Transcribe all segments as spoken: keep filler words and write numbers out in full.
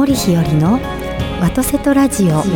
森日和のワトセトラジオ。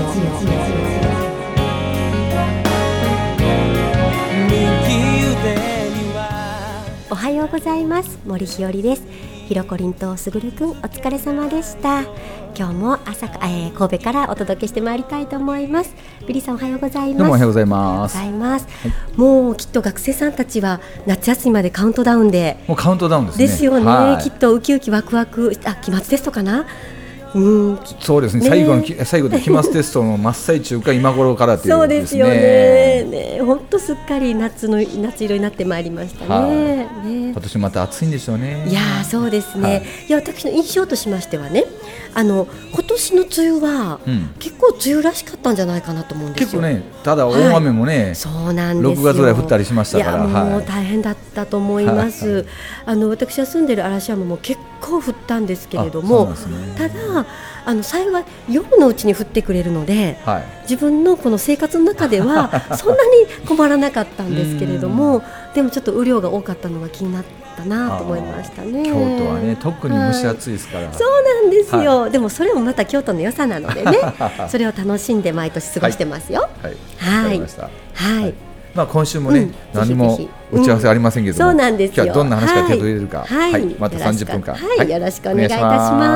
おはようございます。森日和です。ひろこりんとすぐるくん、お疲れ様でした。今日も朝、えー、神戸からお届けしてまいりたいと思います。ビリーさん、おはようございます。 どうもおはようございます。 おはようございます、はい、もうきっと学生さんたちは夏休みまでカウントダウンで、 もうカウントダウンですね。 ですよね、 はい、 きっとウキウキワクワク、あ、期末テストかな。うん、 そうですね、最後の最後で期末テストの真っ最中か今頃からという、ね、 そうですよね。ね、本当すっかり夏の夏色になってまいりましたね。はい、ね、 今年また暑いんでしょうね。 いやそうですね、はい、いや私の印象としましてはね、あの今年の梅雨は、うん、結構梅雨らしかったんじゃないかなと思うんですよ。 結構ね、ただ大雨もね、はい、 そうなんですよ。 ろくがつぐらい降ったりしましたから、 いやもう大変だったと思います。はい、あの私が住んでる嵐山も結構降ったんですけれども、ね、ただあの幸い夜のうちに降ってくれるので、はい、自分のこの生活の中ではそんなに困らなかったんですけれどもでもちょっと雨量が多かったのが気になったなと思いましたね。 京都はね、特に蒸し暑いですから、はい、 そうなんですよ、はい、でもそれもまた京都の良さなのでねそれを楽しんで毎年過ごしてますよ。はい、はい、わかりました。はい、まあ、 今週もね、うん、何も打ち合わせありませんけども、 うん、そうなんですよ。 今日はどんな話から手を入れるか、 はいはい、 またさんじゅっぷんかん、 はいはい、よろしくお願いいたします。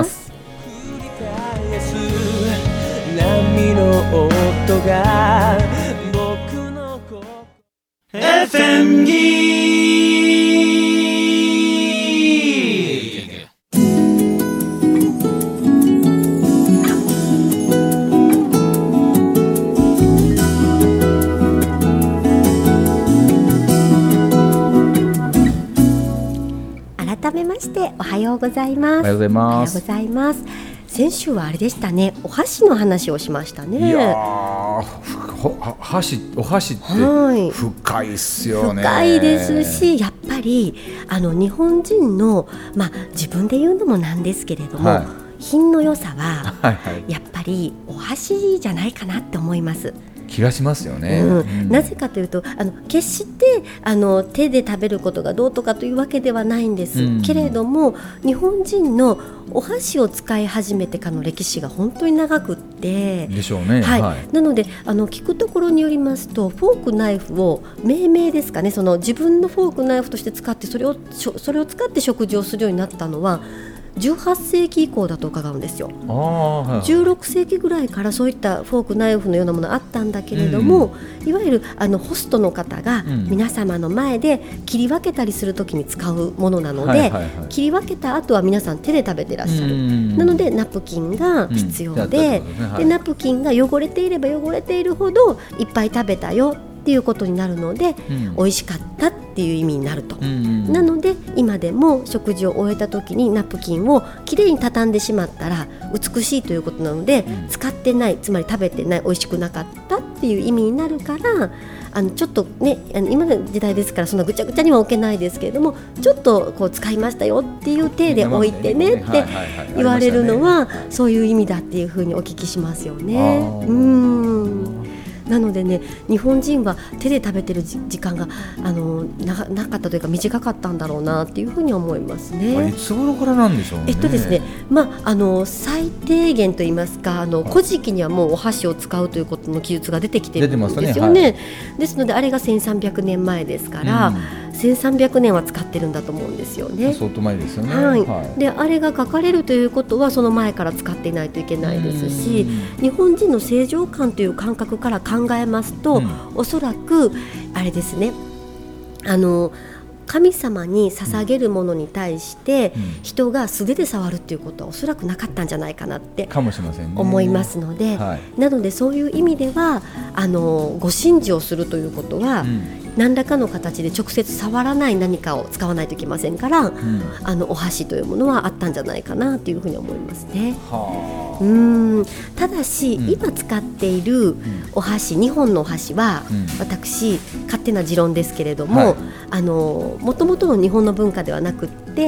波の音が僕の エフエム ギー改めましておはようございます。 おはようございます。 おはようございます。先週はあれでしたね、お箸の話をしましたね。 いやー、箸、お箸って深いっすよね。 深いですし、やっぱりあの日本人の、まあ、自分で言うのもなんですけれども、はい、品の良さはやっぱりお箸じゃないかなって思います。 気がしますよね。 うんうん、なぜかというと、あの決してあの手で食べることがどうとかというわけではないんです、うん、けれども日本人のお箸を使い始めてからの歴史が本当に長くってでしょうね。 はいはい、 なのであの聞くところによりますと、フォークナイフを命名ですかね、その自分のフォークナイフとして使ってそれをそれを使って食事をするようになったのはじゅうはっせいき以降だと伺うんですよ。あ、はい、じゅうろくせいきぐらいからそういったフォークナイフのようなものあったんだけれども、うん、いわゆるあのホストの方が皆様の前で切り分けたりするときに使うものなので、はいはいはい、切り分けた後は皆さん手で食べてらっしゃる、うん、なのでナプキンが必要で、うんではい、でナプキンが汚れていれば汚れているほどいっぱい食べたよっていうことになるので、うん、美味しかったっていう意味になると、うん、なので今でも食事を終えた時にナプキンをきれいに畳んでしまったら美しいということなので、うん、使ってない、つまり食べてない、美味しくなかったっていう意味になるから、あのちょっとね、あの今の時代ですからそんなぐちゃぐちゃには置けないですけれども、ちょっとこう使いましたよっていう体で置いてねって言われるのはそういう意味だっていうふうにお聞きしますよね。うん、なのでね、日本人は手で食べてる時間があの な, なかったというか短かったんだろうなっていうふうに思いますね。 いつ頃からなんでしょうね。 えっとですね、まあ、あの最低限といいますか、あの古事記にはもうお箸を使うということの記述が出てきてるんですよね。はい、ですのであれがせんさんびゃくねんまえですから、うん、せんさんびゃくねんは使ってるんだと思うんですよね。 相当前ですよね。 はいはい、であれが書かれるということはその前から使っていないといけないですし、日本人の正常感という感覚から考えますと、うん、おそらくあれですね、あの神様に捧げるものに対して人が素手で触るっていうことはおそらくなかったんじゃないかなって思いますので、はい、なのでそういう意味ではあのご神事をするということは、うん、何らかの形で直接触らない何かを使わないといけませんから、うん、あのお箸というものはあったんじゃないかなというふうに思いますね。はあ、うーん、ただし、うん、今使っているお箸、にほんのお箸は、うん、私勝手な持論ですけれども、はい、あのもともとの日本の文化ではなくって、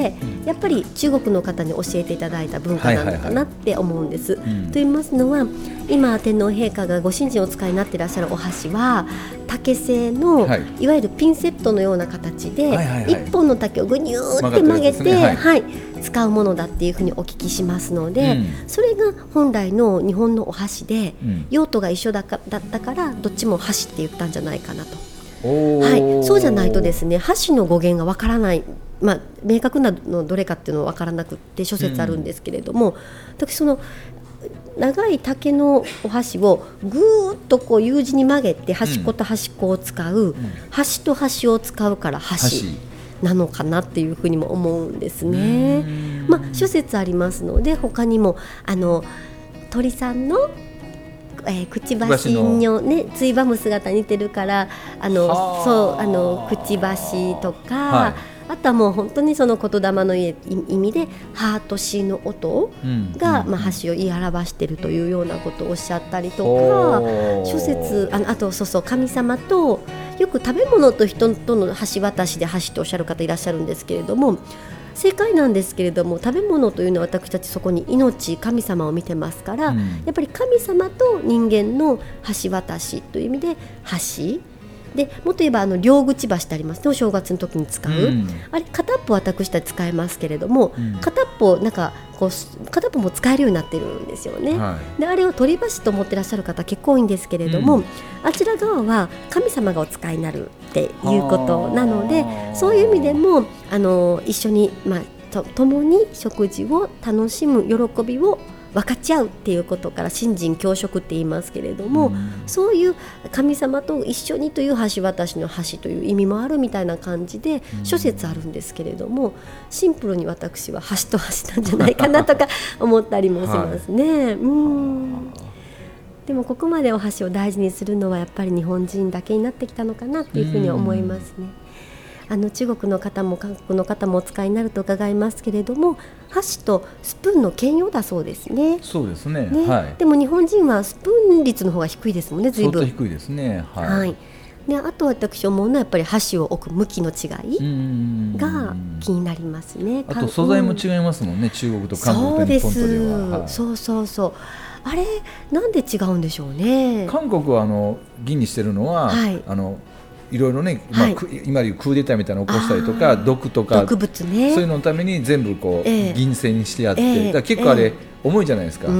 やっぱり中国の方に教えていただいた文化なのかなって思うんです、 はいはいはい、うん、 と言いますのは今天皇陛下がご神臣お使いになっていらっしゃるお箸は竹製の、はい、いわゆるピンセットのような形で、はいはいはい、いっぽんの竹をぐにゅーって曲げて、ね、はいはい、使うものだっていうふうにお聞きしますので、うん、それが本来の日本のお箸で、うん、用途が一緒だか、だったからどっちも箸って言ったんじゃないかなと。はい、そうじゃないとですね箸の語源がわからない、まあ、明確なのどれかっていうのはわからなくって諸説あるんですけれども、うん、私その長い竹のお箸をぐーっとこう U 字に曲げて端っこと端っこを使う、うん、端と端を使うから箸なのかなっていうふうにも思うんですね。まあ、諸説ありますので他にもあの鳥さんのえー、くちばしのねついばむ姿に似てるからあのそうあのくちばしとか、はい、あとはもう本当にその言霊の意味でハートシーの音が、うんまあ、箸を言い表しているというようなことをおっしゃったりとか、諸説 あ, あとそうそう神様とよく食べ物と人との橋渡しで箸とおっしゃる方いらっしゃるんですけれども、正解なんですけれども食べ物というのは私たちそこに命神様を見てますから、うん、やっぱり神様と人間の橋渡しという意味で橋でもっと言えばあの両口橋ってありますね、お正月の時に使う、うん、あれ片っぽ私たち使えますけれども、うん、片っぽなんかこう片っぽも使えるようになってるんですよね、はい、であれを鳥橋と思ってらっしゃる方結構多いんですけれども、うん、あちら側は神様がお使いになるっていうことなので、そういう意味でもあの一緒に、まあ、と共に食事を楽しむ喜びを分かち合うっていうことから信心共食って言いますけれども、うん、そういう神様と一緒にという橋渡しの橋という意味もあるみたいな感じで諸説あるんですけれども、シンプルに私は橋と橋なんじゃないかなとか思ったりもしますね、はい、うんでもここまでお箸を大事にするのはやっぱり日本人だけになってきたのかなっていうふうに思いますね。あの中国の方も韓国の方もお使いになると伺いますけれども、箸とスプーンの兼用だそうですね。 そうです ね, ね、 はい、 でも日本人はスプーン率の方が低いですもんね、随分相当低いですね、はいはい、 であと私思うのはやっぱり箸を置く向きの違いが気になりますね。 あと素材も違いますもんね、うん、中国と韓国と日本とでは、はい、 そうそうそう、あれなんで違うんでしょうね。 韓国はあの銀にしてるのは、はい、あのいろいろね、まあはい、今でいうクーデターみたいなのを起こしたりとか毒とか毒物、ね、 そういうののために全部こう、えー、銀製にしてあって、えー、だから結構あれ、えー、重いじゃないですか、うん、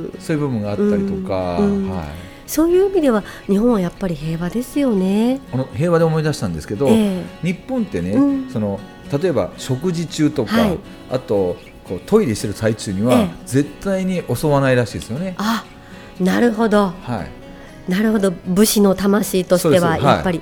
そういう部分があったりとか、うんはい、 そういう意味では日本はやっぱり平和ですよね。 この平和で思い出したんですけど、えー、日本ってね、うん、その例えば食事中とか、はい、あとこうトイレしてる最中には、えー、絶対に襲わないらしいですよね。 あ、なるほど、はいなるほど、武士の魂としてはやっぱり、はい、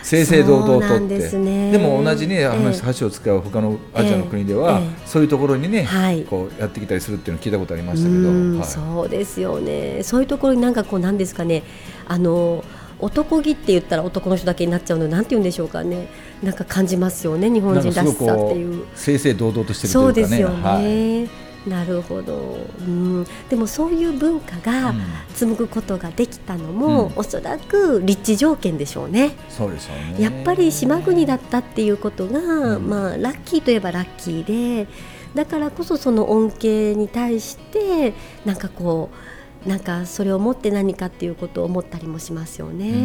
正々堂々とってで, ね、 でも同じね、えー、箸を使う他のアジアの国では、えーえー、そういうところにね、はい、こうやってきたりするっていうのを聞いたことありましたけど、はい、 そうですよね。そういうところになんかこうなんですかね、あの男気って言ったら男の人だけになっちゃうのでなんて言うんでしょうかね、なんか感じますよね、日本人らしさっていう。 正々堂々としてるというかね。そうですよね、はいなるほど、うん、でもそういう文化が紡ぐことができたのも、うん、おそらく立地条件でしょうね。 そうでしょうね。 やっぱり島国だったっていうことが、うんまあ、ラッキーといえばラッキーで、だからこそその恩恵に対してなんかこうなんかそれを持って何かっていうことを思ったりもしますよね、うん、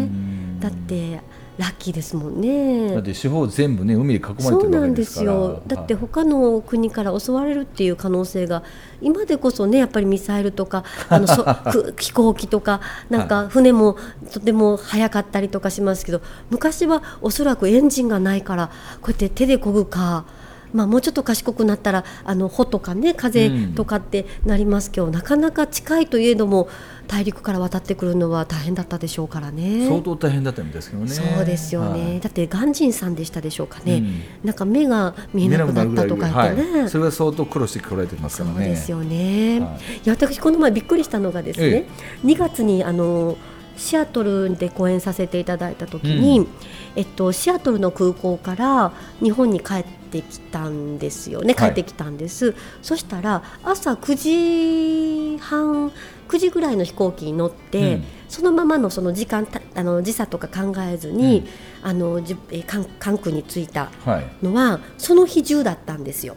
だってラッキーですもんね。 だって四方全部ね海で囲まれてるわけですから。そうなんですよ。 だって他の国から襲われるっていう可能性が今でこそねやっぱりミサイルとかあのそ飛行機とかなんか船もとても速かったりとかしますけど、昔はおそらくエンジンがないからこうやって手で漕ぐか、まあ、もうちょっと賢くなったらあの帆とかね風とかってなりますけど、うん、なかなか近いといえども大陸から渡ってくるのは大変だったでしょうからね。 相当大変だったみたいですけどね。 そうですよね、はい、だって鑑真さんでしたでしょうかね、うん、なんか目が見えなくなったとか言ってね、 はい、それは相当苦労してこられてますからね。 そうですよね、はい、いや私この前びっくりしたのがですね、ええ、にがつにあのシアトルで講演させていただいたときに、うんえっと、シアトルの空港から日本に帰ってきたんですよね。帰ってきたんです、はい、そしたら朝くじはんくじぐらいの飛行機に乗って、うん、そのままのその時間あの時差とか考えずに、うん、あのじえ関空に着いたのは、はい、その日中だったんですよ。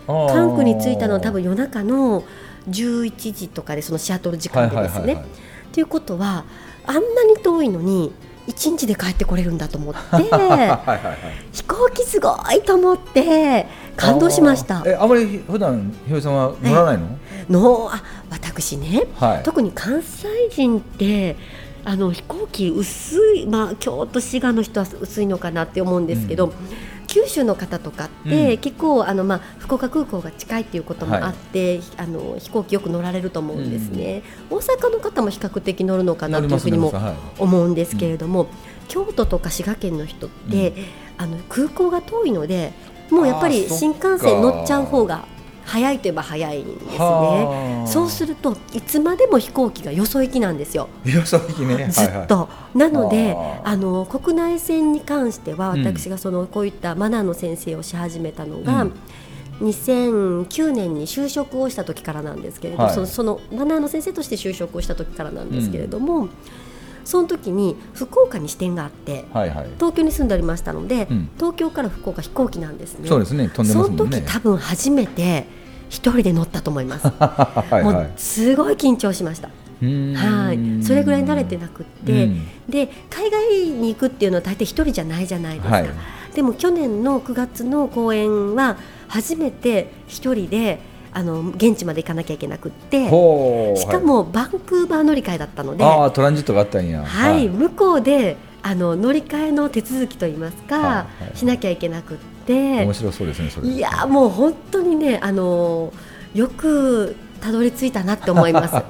関空に着いたのは多分夜中のじゅういちじとかで、そのシアトル時間でですね、はいはいはいはい、ということはあんなに遠いのにいちにちで帰ってこれるんだと思ってはいはい、はい、飛行機すごいと思って感動しました。 あ, えあまり普段ひよりさんは乗らないの？ のあ私ね、 はい、 特に関西人ってあの飛行機薄い、まあ、京都滋賀の人は薄いのかなって思うんですけど、うん、九州の方とかって、うん、結構あの、まあ、福岡空港が近いっていうこともあって、はい、あの飛行機よく乗られると思うんですね、うん、大阪の方も比較的乗るのかなというふうにも思うんですけれども、はい、京都とか滋賀県の人って、うん、あの空港が遠いのでもうやっぱり新幹線乗っちゃう方が早いといえば早いんですね。そうするといつまでも飛行機がよそ行きなんですよ。 よそ行きね、 ずっと、はいはい、なのであの国内線に関しては私がそのこういったマナーの先生をし始めたのが、うんにせんきゅうねんに就職をした時からなんですけれど、はい、その、そのマナーの先生として就職をした時からなんですけれども、うん、その時に福岡に支店があって、はいはい、東京に住んでおりましたので、うん、東京から福岡飛行機なんですね。 そうですね、飛んでますもんね。 その時多分初めて一人で乗ったと思いますはいはい、もうすごい緊張しました。はい、それぐらい慣れてなくって、うん、で海外に行くっていうのは大体一人じゃないじゃないですか、はい、でも去年のくがつの公演は初めて一人であの現地まで行かなきゃいけなくって、しかもバンクーバー乗り換えだったので、 あトランジットがあったんや、 はいはい、向こうであの乗り換えの手続きといいますか、はいはい、しなきゃいけなくって、 面白そうですねそれ。 いやもう本当にねあのよくたどり着いたなって思いますはい、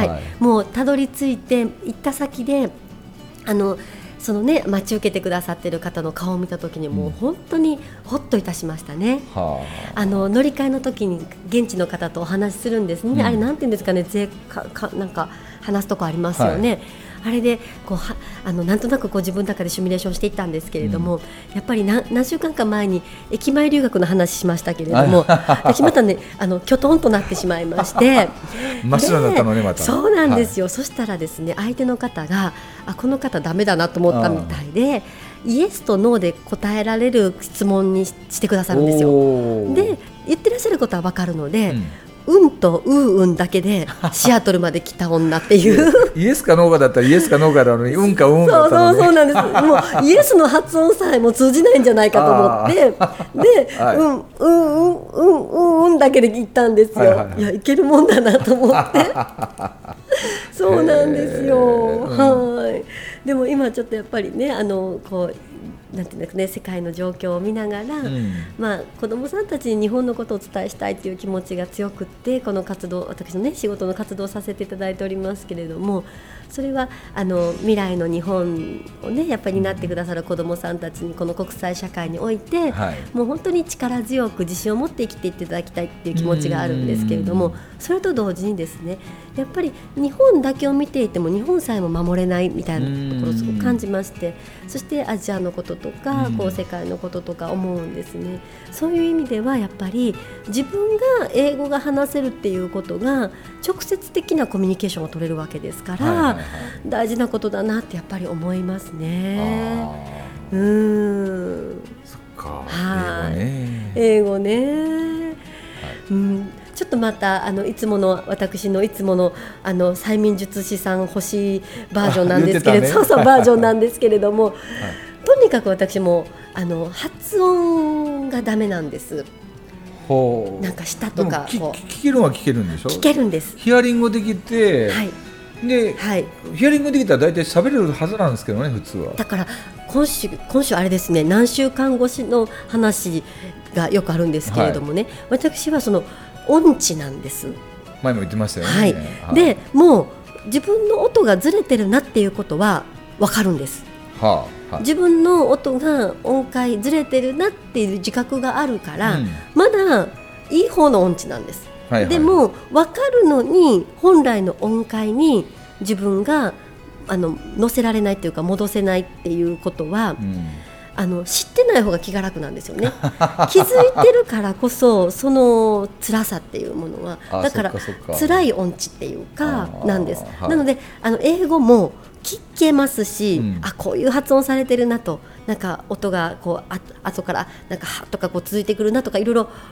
はい、もうたどり着いて行った先であのそのね待ち受けてくださっている方の顔を見た時にもう本当にほっといたしましたね、うん、あの乗り換えの時に現地の方とお話しするんですね、うん、あれなんて言うんですかね、税かかなんか話すとこありますよね、はい、あれでこうはあのなんとなくこう自分の中でシミュレーションしていったんですけれども、うん、やっぱり 何, 何週間か前に駅前留学の話しましたけれども私またねあのきょとんとなってしまいまして真っ白だったのねまた。 そうなんですよ、はい、そしたらですね相手の方があこの方ダメだなと思ったみたいでイエスとノーで答えられる質問に し, してくださるんですよ。で言ってらっしゃることは分かるので、うんうんとうーうんだけでシアトルまで来た女っていうイエスかノーかだったらイエスかノーかなのにうんかうんだったのに、 そうそうそうなんですもうイエスの発音さえも通じないんじゃないかと思ってで、はい、うんうんうんうんうんうんだけで行ったんですよ、はいはいはい、いやいけるもんだなと思ってそうなんですよ、はい。でも今ちょっとやっぱりねあのこうなんていうんですかね、世界の状況を見ながら、うんまあ、子どもさんたちに日本のことをお伝えしたいという気持ちが強くってこの活動私の、ね、仕事の活動をさせていただいておりますけれども、それはあの未来の日本を、ね、やっぱり担ってくださる子どもさんたちにこの国際社会において、はい、もう本当に力強く自信を持って生きていっていただきたいという気持ちがあるんですけれども、それと同時にですねやっぱり日本だけを見ていても日本さえも守れないみたいなところをすごく感じまして、そしてアジアのこととかこう世界のこととか思うんですね。そういう意味ではやっぱり自分が英語が話せるっていうことが直接的なコミュニケーションを取れるわけですから、はいはいはい、大事なことだなってやっぱり思いますね。うーんそっか、 はい、英語ね、英語ね、はい、うんちょっとまたあのいつもの私のいつものあの催眠術師さん欲しいバージョンなんですけれど、ね、そうそうバージョンなんですけれども、はい、とにかく私もあの発音がダメなんです。ほうなんか舌とかこう聞けるのは聞けるんでしょ。 聞けるんです。 ヒアリングできて、 はいではい、ヒアリングできたら大体喋れるはずなんですけどね普通は。 だから今週今週あれですね何週間越しの話がよくあるんですけれどもね、はい、私はその音痴なんです。 前も言ってましたよね、 はいはい、でもう自分の音がずれてるなっていうことは分かるんです、はあはあ、自分の音が音階ずれてるなっていう自覚があるから、うん、まだいい方の音痴なんです、はいはい、でも分かるのに本来の音階に自分があの乗せられないというか戻せないっていうことは、うんあの知ってない方が気が楽なんですよね気づいてるからこそその辛さっていうものはだから辛い音痴っていうかなんです。なのであの英語も聞けますし、うん、あこういう発音されてるなとなんか音がこうあ後からなんかはとかこう続いてくるなとかいろいろ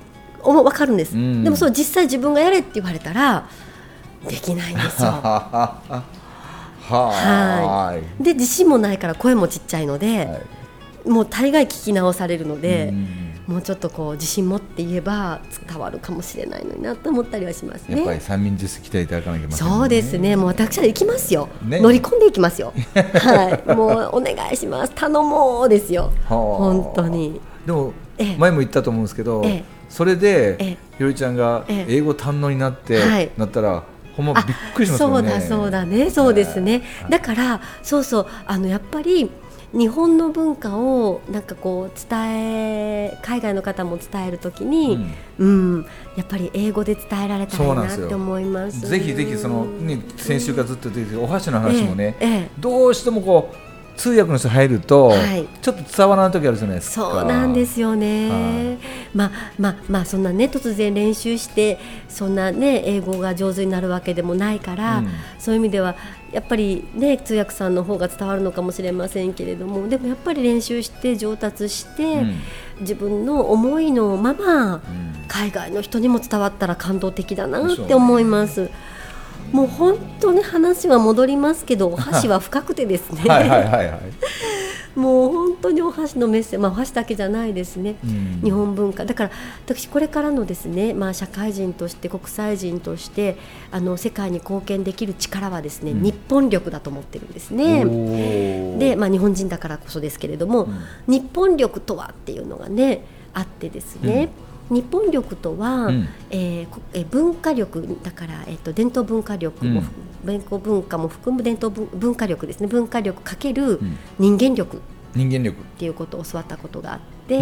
分かるんです、うん、でもそう実際自分がやれって言われたらできないんですよはい、で自信もないから声もちっちゃいので、はい、もう大概聞き直されるので、うん、もうちょっとこう自信持って言えば伝わるかもしれないのになと思ったりはしますね。 やっぱり三民実績いただかなきゃいけませんね。 そうですね、もう私は行きますよ、ね、乗り込んでいきますよはい、もうお願いします頼もうですよ本当に。 でも前も言ったと思うんですけど、ええ、それでひろりちゃんが英語堪能になって、はい、なったらほんまびっくりしますよね。 そうだそうだね、そうですね、えー、だからそうそうあのやっぱり日本の文化をなんかこう伝え海外の方も伝えるときに、うんうん、やっぱり英語で伝えられたらいいなって思います。 ぜひぜひその、ね、先週からずっと出てるお箸の話もね、えーえー、どうしてもこう通訳の人入ると、はい、ちょっと伝わらない時あるじゃないですか。 そうなんですよね、はい、まあまあまあそんなね突然練習してそんなね英語が上手になるわけでもないから、うん、そういう意味ではやっぱりね通訳さんの方が伝わるのかもしれませんけれども、でもやっぱり練習して上達して、うん、自分の思いのまま、うん、海外の人にも伝わったら感動的だなって思います。もう本当に話は戻りますけどお箸は深くてですねはいはいはい、はい、もう本当にお箸のメッセージ、まあ、お箸だけじゃないですね、うん、日本文化だから私これからのですね、まあ、社会人として国際人としてあの世界に貢献できる力はですね、うん、日本力だと思ってるんですね。で、まあ、日本人だからこそですけれども、うん、日本力とはっていうのがねあってですね、うん日本力とは、うんえー、え文化力だから、えー、と伝統文化力も、うん、伝統文化も含む伝統文化力ですね。文化力かける人間力、うん、人間力っていうことを教わったことがあって、うん、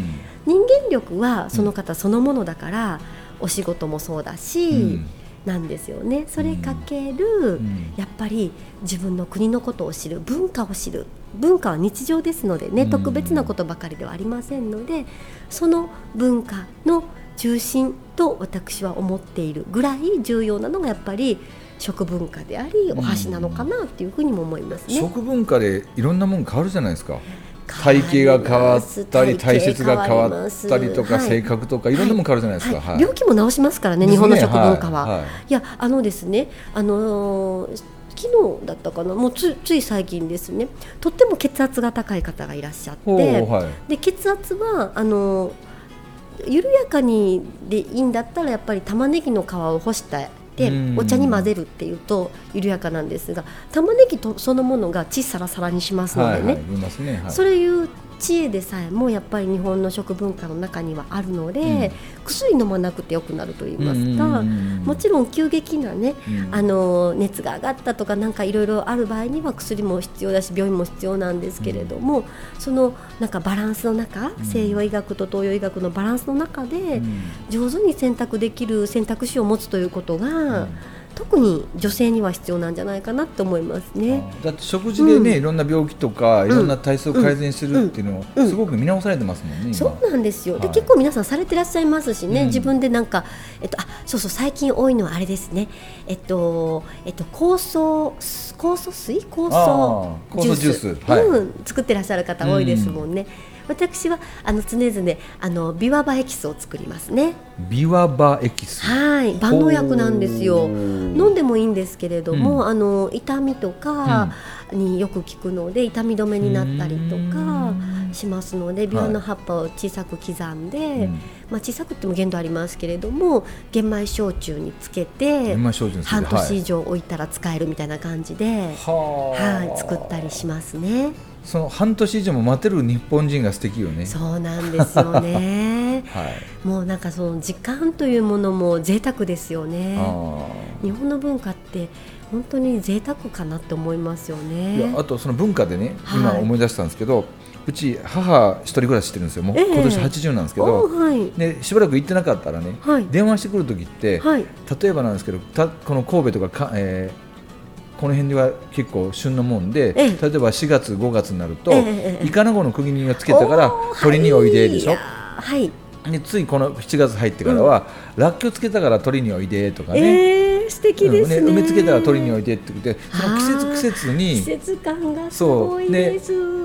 人間力はその方そのものだから、うん、お仕事もそうだし、うんなんですよね。それかける、うん、やっぱり自分の国のことを知る文化を知る文化は日常ですのでね、うん、特別なことばかりではありませんのでその文化の中心と私は思っているぐらい重要なのがやっぱり食文化でありお箸なのかなっていうふうにも思いますね。 食文化でいろんなもの変わるじゃないですか。体型が変わったり体質が変わったりとか、はい、性格とかいろんなもの変わるじゃないですか、はいはい、 病気も治しますからね日本の食文化は、はいはい、いやあのですねあのー、昨日だったかなもう つ, つい最近ですねとっても血圧が高い方がいらっしゃって、はい、で血圧はあのー、緩やかにでいいんだったらやっぱり玉ねぎの皮を干したでお茶に混ぜるっていうと緩やかなんですが玉ねぎとそのものが血サラサラにしますので ね,、はいはいますねはい、そういう知恵でさえもやっぱり日本の食文化の中にはあるので、うん、薬飲まなくてよくなると言いますか、もちろん急激な、ねうん、あの熱が上がったとかなんかいろいろある場合には薬も必要だし病院も必要なんですけれども、うん、そのなんかバランスの中、うん、西洋医学と東洋医学のバランスの中で、うん、上手に選択できる選択肢を持つということが、うん特に女性には必要なんじゃないかなと思いますね。 だって食事でね、うん、いろんな病気とか、うん、いろんな体質を改善するっていうのをすごく見直されてますもんね、うんうん、 そうなんですよ、はい、で結構皆さんされてらっしゃいますしね、うん、自分でなんか、えっと、あそうそう最近多いのはあれですねえっと、えっと、酵素酵素水酵素ジュース、ジュース、はいうん、作ってらっしゃる方多いですもんね、うん私はあの常々あのビワバエキスを作りますね。 ビワバエキスはい万能薬なんですよ。飲んでもいいんですけれども、うん、あの痛みとかによく効くので、うん、痛み止めになったりとかしますのでビワの葉っぱを小さく刻んで、はいまあ、小さくても限度ありますけれども玄米焼酎につけて半年以上置いたら使えるみたいな感じで、はいはい、作ったりしますね。 その半年以上も待てる日本人が素敵よね。 そうなんですよね、はい、もうなんかその時間というものも贅沢ですよね。日本の文化って本当に贅沢かなって思いますよね。 いやあとその文化でね、はい、今思い出したんですけどうち母一人暮らししてるんですよ。もう今年はちじゅうなんですけど、えーはい、でしばらく行ってなかったらね、はい、電話してくるときって、はい、例えばなんですけどたこの神戸とかか、えーこの辺では結構旬のもんで、ええ、例えばしがつごがつになると、ええ、イカナゴの釘にをつけたから鳥においででしょ、はい、でついこのしちがつ入ってからは、うん、ラッキョつけたから鳥においでとかね、 えー、素敵ですね、うん、 梅つけたら鳥においでって言ってその季節季節に季節感がすごいです。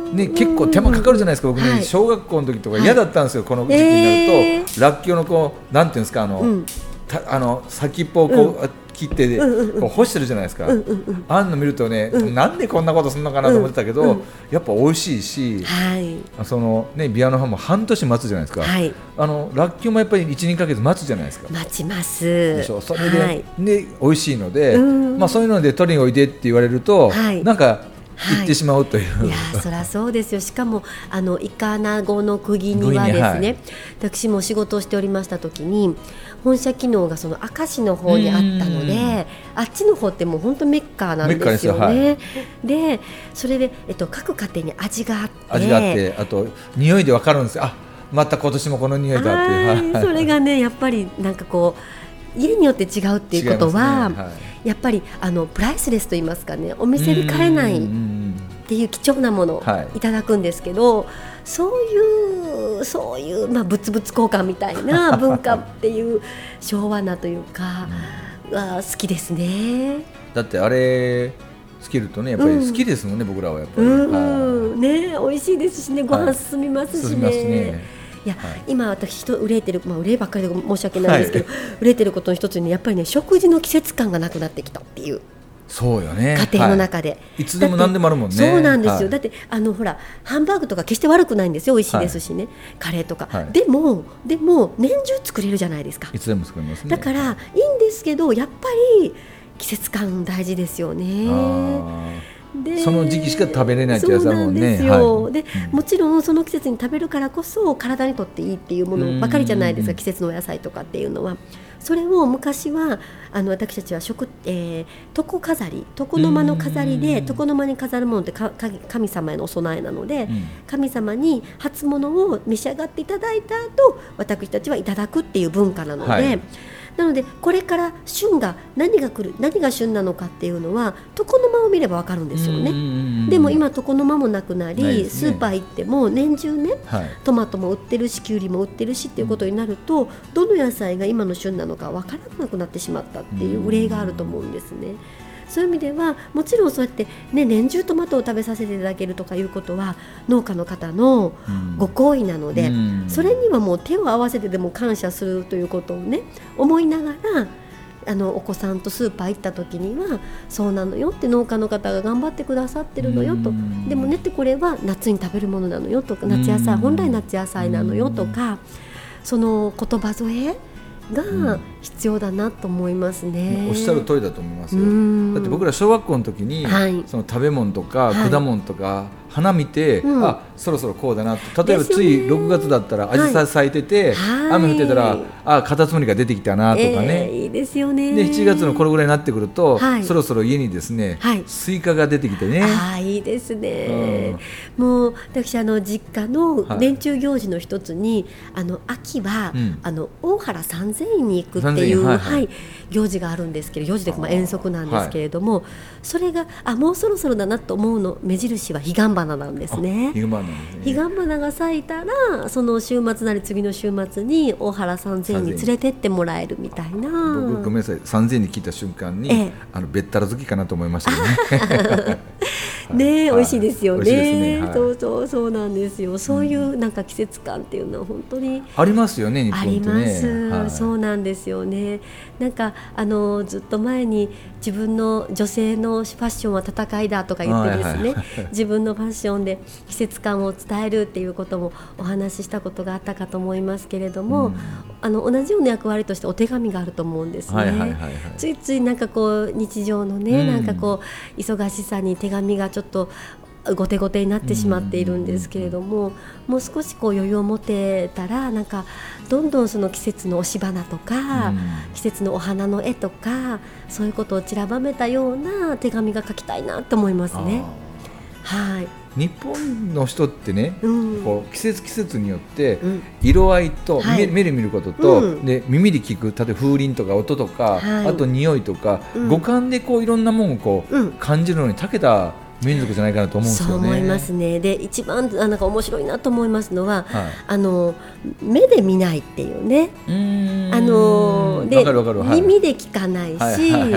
ね、結構手間かかるじゃないですか。僕ね、はい、小学校の時とか嫌だったんですよ、はい、この時期になると、えー、らっきょうのこうなんていうんですか、あの、うん、たあの先っぽをこう、うん、切ってで、うんうん、こう干してるじゃないですか、うんうんうん、あんの見るとね、うん、なんでこんなことするのかなと思ってたけど、うんうん、やっぱ美味しいし、はい、そのね、ビワの葉も半年待つじゃないですか、はい、あのらっきょうもやっぱり いち、にかげつ待つじゃないですか。 待ちますでしょ。それで、はい、で美味しいので、まあ、そういうので取りにおいでって言われると、はい、なんか行ってしまうという、 はい、いやそりゃそうですよ。しかもあのイカナゴの釘にはですね、はい、私も仕事をしておりました時に本社機能がその明石の方にあったので、あっちの方ってもう本当メッカーなんですよね。で, すよ、はい、でそれで、えっと、各家庭に味があって味があって、あと匂いで分かるんですよ。あ、また今年もこの匂いだっていう、 はい、それがねやっぱりなんかこう家によって違うっていうことは、ね、はい、やっぱりあのプライスレスと言いますかね、お店で買えないっていう貴重なものをいただくんですけど、はい、そういうそういう、まあ、物々交換みたいな文化っていう昭和なというか、うん、は好きですね。 だってあれつけるとねやっぱり好きですもんね、うん、僕らはやっぱり、 うん、ね、美味しいですしね、ご飯進みますし ね,、はい、進みますね。いや、はい、今私人憂いてる、まあ、憂いばっかりで申し訳ないんですけど、はい、憂いてることの一つにやっぱりね食事の季節感がなくなってきたっていう。 そうよね、 家庭の中で、はい、 いつでも何でもあるもんね。 そうなんですよ、はい、だってあのほらハンバーグとか決して悪くないんですよ、美味しいですしね、はい、カレーとか、はい、でもでも年中作れるじゃないですか。 いつでも作れますね。 だからいいんですけどやっぱり季節感大事ですよね。 でその時期しか食べれないってやつだもんね。そうなんですよ、はい、で、うん、もちろんその季節に食べるからこそ体にとっていいっていうものばかりじゃないですか、季節のお野菜とかっていうのは。それを昔はあの私たちは食、えー、床飾り、床の間の飾りで、床の間に飾るものってかか神様へのお供えなので、うん、神様に初物を召し上がっていただいた後私たちはいただくっていう文化なので、はい、なのでこれから旬が何が来る、何が旬なのかっていうのは床の間を見れば分かるんですよね。でも今床の間もなくなり、ね、スーパー行っても年中ね、はい、トマトも売ってるしキュウリも売ってるしっていうことになると、どの野菜が今の旬なのか分からなくなってしまったっていう憂いがあると思うんですね。そういう意味ではもちろんそうやって、ね、年中トマトを食べさせていただけるとかいうことは農家の方のご厚意なので、うん、それにはもう手を合わせてでも感謝するということをね思いながら、あのお子さんとスーパー行った時にはそうなのよって、農家の方が頑張ってくださってるのよと、うん、でもねってこれは夏に食べるものなのよとか、夏野菜、うん、本来夏野菜なのよとか、その言葉添えが必要だなと思いますね、うん、 おっしゃる通りだと思いますよ。だって僕ら小学校の時に、はい、その食べ物とか果物とか、はい、花見て、うん、あそろそろこうだなと。例えばついろくがつだったらアジサイ咲いてて、はい、雨降ってたらあカタツムリが出てきたなとかね、 えー、いいですよね。 でしちがつのこれぐらいになってくると、はい、そろそろ家にですね、はい、スイカが出てきてね、 あいいですね、うん、もう私あの実家の年中行事の一つに、はい、あの秋は、うん、あの大原三千院に行くっていう、はいはいはい、行事があるんですけど、行事でまあ遠足なんですけれども、はい、それがあもうそろそろだなと思うの目印は彼岸花なんですね。 彼岸花、ね、 彼岸花が咲いたらその週末なり次の週末に大原三千院に連れてってもらえるみたいな。 僕ごめんなさい、三千院に聞いた瞬間に、ええ、あのべったら好きかなと思いましたね。 ねえ、はい、美味しいですよね。ね、はい、そうそうそうなんですよ。そういうなんか季節感っていうのは本当にありますよね、日本ってね。 あります、 はい、 そうなんですよね。なんかあのずっと前に自分の女性のファッションは戦いだとか言ってですね、はいはい、自分のファッションで季節感を伝えるっていうこともお話ししたことがあったかと思いますけれども、うん、あの同じような役割としてお手紙があると思うんですね、はいはいはいはい、ついついなんかこう日常のね、うん、なんかこう忙しさに手紙がちょっと後手後手になってしまっているんですけれども、もう少しこう余裕を持てたらなんかどんどんその季節の押し花とか、季節のお花の絵とかそういうことを散らばめたような手紙が書きたいなと思いますね。はい、 日本の人ってね、うん、こう季節季節によって色合いと、うん、目, 目で見ることと、うん、で耳で聞く、例えば風鈴とか音とか、はい、あと匂いとか、うん、五感でこういろんなものをこう、うん、感じるのに長けた民族じゃないかなと思うんですよね。 そう思いますね。で一番なんか面白いなと思いますのは、はい、あの目で見ないっていうね、うーんあので、わかるわかる、はい、耳で聞かないし、はいはいはい、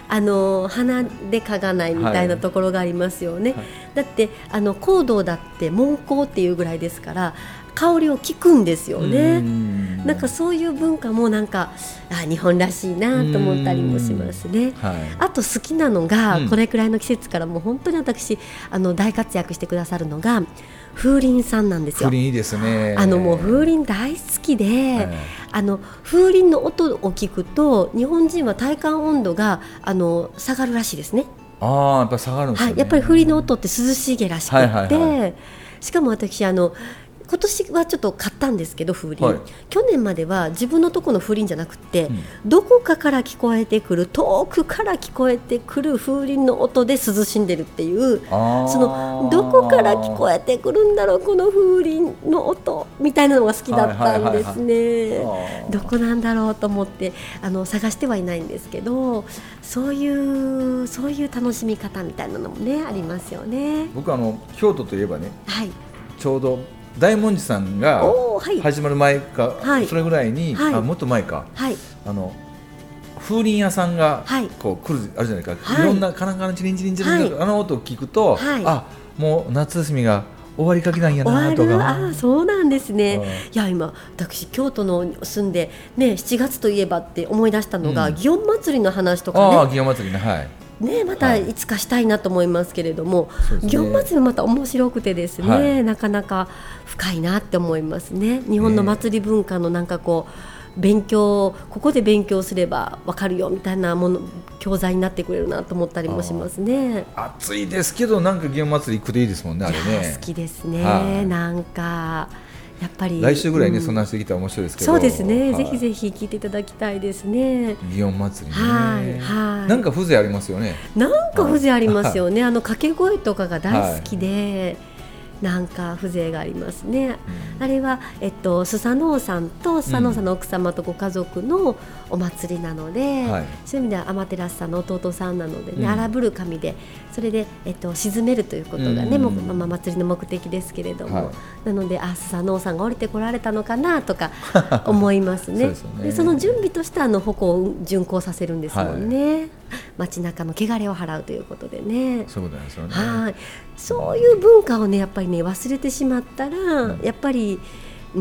あの鼻で嗅がないみたいなところがありますよね、はいはい、だってあの香道だって聞香っていうぐらいですから香りを聞くんですよね。んなんかそういう文化もなんかあ日本らしいなと思ったりもしますね、はい、あと好きなのが、うん、これくらいの季節からもう本当に私あの大活躍してくださるのが風鈴さんなんですよ。 風鈴いいですね。 あのもう風鈴大好きで、はい、あの風鈴の音を聞くと日本人は体感温度があの下がるらしいですね。 あやっぱり下がるんですね、 はい、やっぱり風鈴の音って涼しげらしくって、はいはいはい、しかも私あの今年はちょっと買ったんですけど風鈴、はい、去年までは自分のとこの風鈴じゃなくて、うん、どこかから聞こえてくる遠くから聞こえてくる風鈴の音で涼しんでるっていうそのどこから聞こえてくるんだろうこの風鈴の音みたいなのが好きだったんですね、はいはいはいはい、どこなんだろうと思ってあの探してはいないんですけどそういうそういう楽しみ方みたいなのもねありますよね。 僕あの京都といえばね、 はい、 ちょうど大文字さんが始まる前か、はい、それぐらいに、はい、あもっと前か、はい、あの風鈴屋さんがこう来るあるじゃないか、はい、いろんなカランカランチリンチリンチリン、はい、あの音を聞くと、はい、あもう夏休みが終わりかけなんやなとか。 あそうなんですね、うん、いや今私京都の住んで、ね、しちがつといえばって思い出したのが、うん、祇園祭の話とかね。 あ祇園祭ね、はいね、またいつかしたいなと思いますけれども、はい、祇園祭もまた面白くてですね、はい、なかなか深いなって思いますね。日本の祭り文化のなんかこう勉強ここで勉強すれば分かるよみたいなもの教材になってくれるなと思ったりもしますね。 暑いですけどなんか祇園祭り行くでいいですもんねあれね。 好きですね、はい、なんかやっぱり来週ぐらいね、うん、そんなしてきたら面白いですけどそうですね、 はい、 ぜひぜひ聞いていただきたいですね。 祇園祭りね、 はいはい、 なんか風情ありますよね。 なんか風情ありますよね、はい、あの掛け声とかが大好きで、はいなんか風情がありますね、うん、あれは、えっと、スサノオさんとスサノオさんの奥様とご家族のお祭りなので、うんはい、そういう意味ではアマテラスさんの弟さんなので、ねうん、荒ぶる神でそれで、えっと、鎮めるということがね、うんもまあ、祭りの目的ですけれども、はい、なのであスサノオさんが降りてこられたのかなとか思いますね。 そうですよね。でその準備としてあの鉾を巡行させるんですもんね、はい、街中の汚れを払うということでね。 そういうことなんですよね。 はいそういう文化をねやっぱりね忘れてしまったら、うん、やっぱり、うん、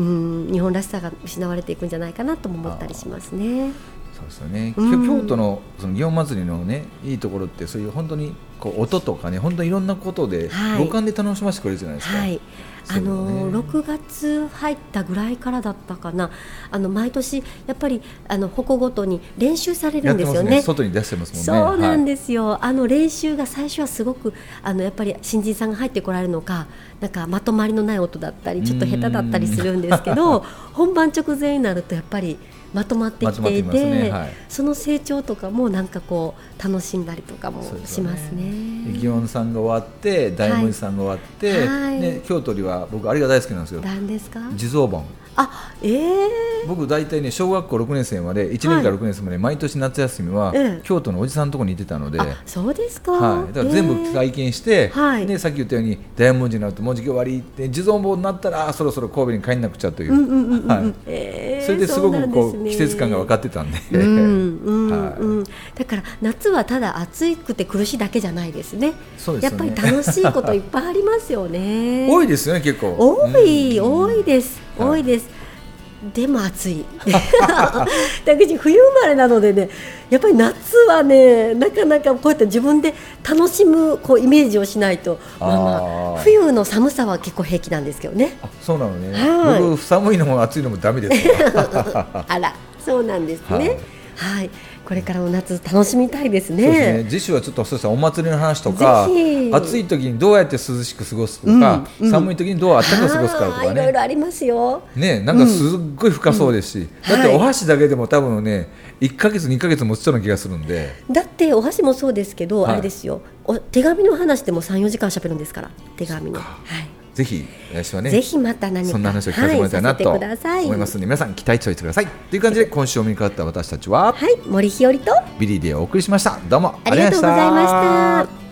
日本らしさが失われていくんじゃないかなとも思ったりしますね。 そうですよね、うん、京都のその祇園祭のねいいところってそういう本当にこう音とかね本当にいろんなことで、はい、五感で楽しませてくれるじゃないですか、はいあのろくがつ入ったぐらいからだったかなあの毎年やっぱりあの鉾ごとに練習されるんですよ ね, ね外に出してますもんね。そうなんですよ、はい、あの練習が最初はすごくあのやっぱり新人さんが入ってこられるのかなんかまとまりのない音だったりちょっと下手だったりするんですけど本番直前になるとやっぱりまとまってきていて、ねはい、その成長とかもなんかこう楽しんだりとかもしますね。 祇園さんが終わって大文字さんが終わって、はいね、京都には僕あれが大好きなんですよ。 何ですか？ 地蔵盆。 あ、えー、 僕大体ね小学校ろくねん生までいちねんからろくねん生まで毎年夏休みは、はい、京都のおじさんのところに行ってたので、 あ、そうですか、 はい、だから全部体験して、えーでさっき言ったように大文字になると文字終わりで地蔵盆になったらそろそろ神戸に帰んなくちゃという、うんうんうんうんはいえー、それですごくこう、ね、季節感が分かってたんで、うんうんはいうん、だから夏はただ暑くて苦しいだけじゃないですね。 そうですよね。 やっぱり楽しいこといっぱいありますよね多いですよね結構多い、うん、多いです、はい、多いです。でも暑い私冬生まれなのでねやっぱり夏はねなかなかこうやって自分で楽しむこうイメージをしないとまあまあ冬の寒さは結構平気なんですけどね。 あそうなのね、はい、僕寒いのも暑いのもダメですあらそうなんですね、はいはい、これからの夏楽しみたいですね。 そうですね。次週はちょっとそうしたお祭りの話とか暑い時にどうやって涼しく過ごすとか、うんうん、寒い時にどうあったかく過ごすかとかねいろいろありますよ、 ね、なんかすっごい深そうですし、うん、だってお箸だけでも多分ねいっかげつにかげつ持ちそうな気がするんで。 だってお箸もそうですけど、はい、あれですよお手紙の話でも さんよじかん喋るんですから手紙の、はいぜひ来週はねぜひまた何かそんな話を聞かせてもらいたいなと思いますので皆さん期待しておいてくださいという感じで今週お目にかかった私たちは、 はい、森ひよりとビリーでお送りしました。どうもありがとうございました。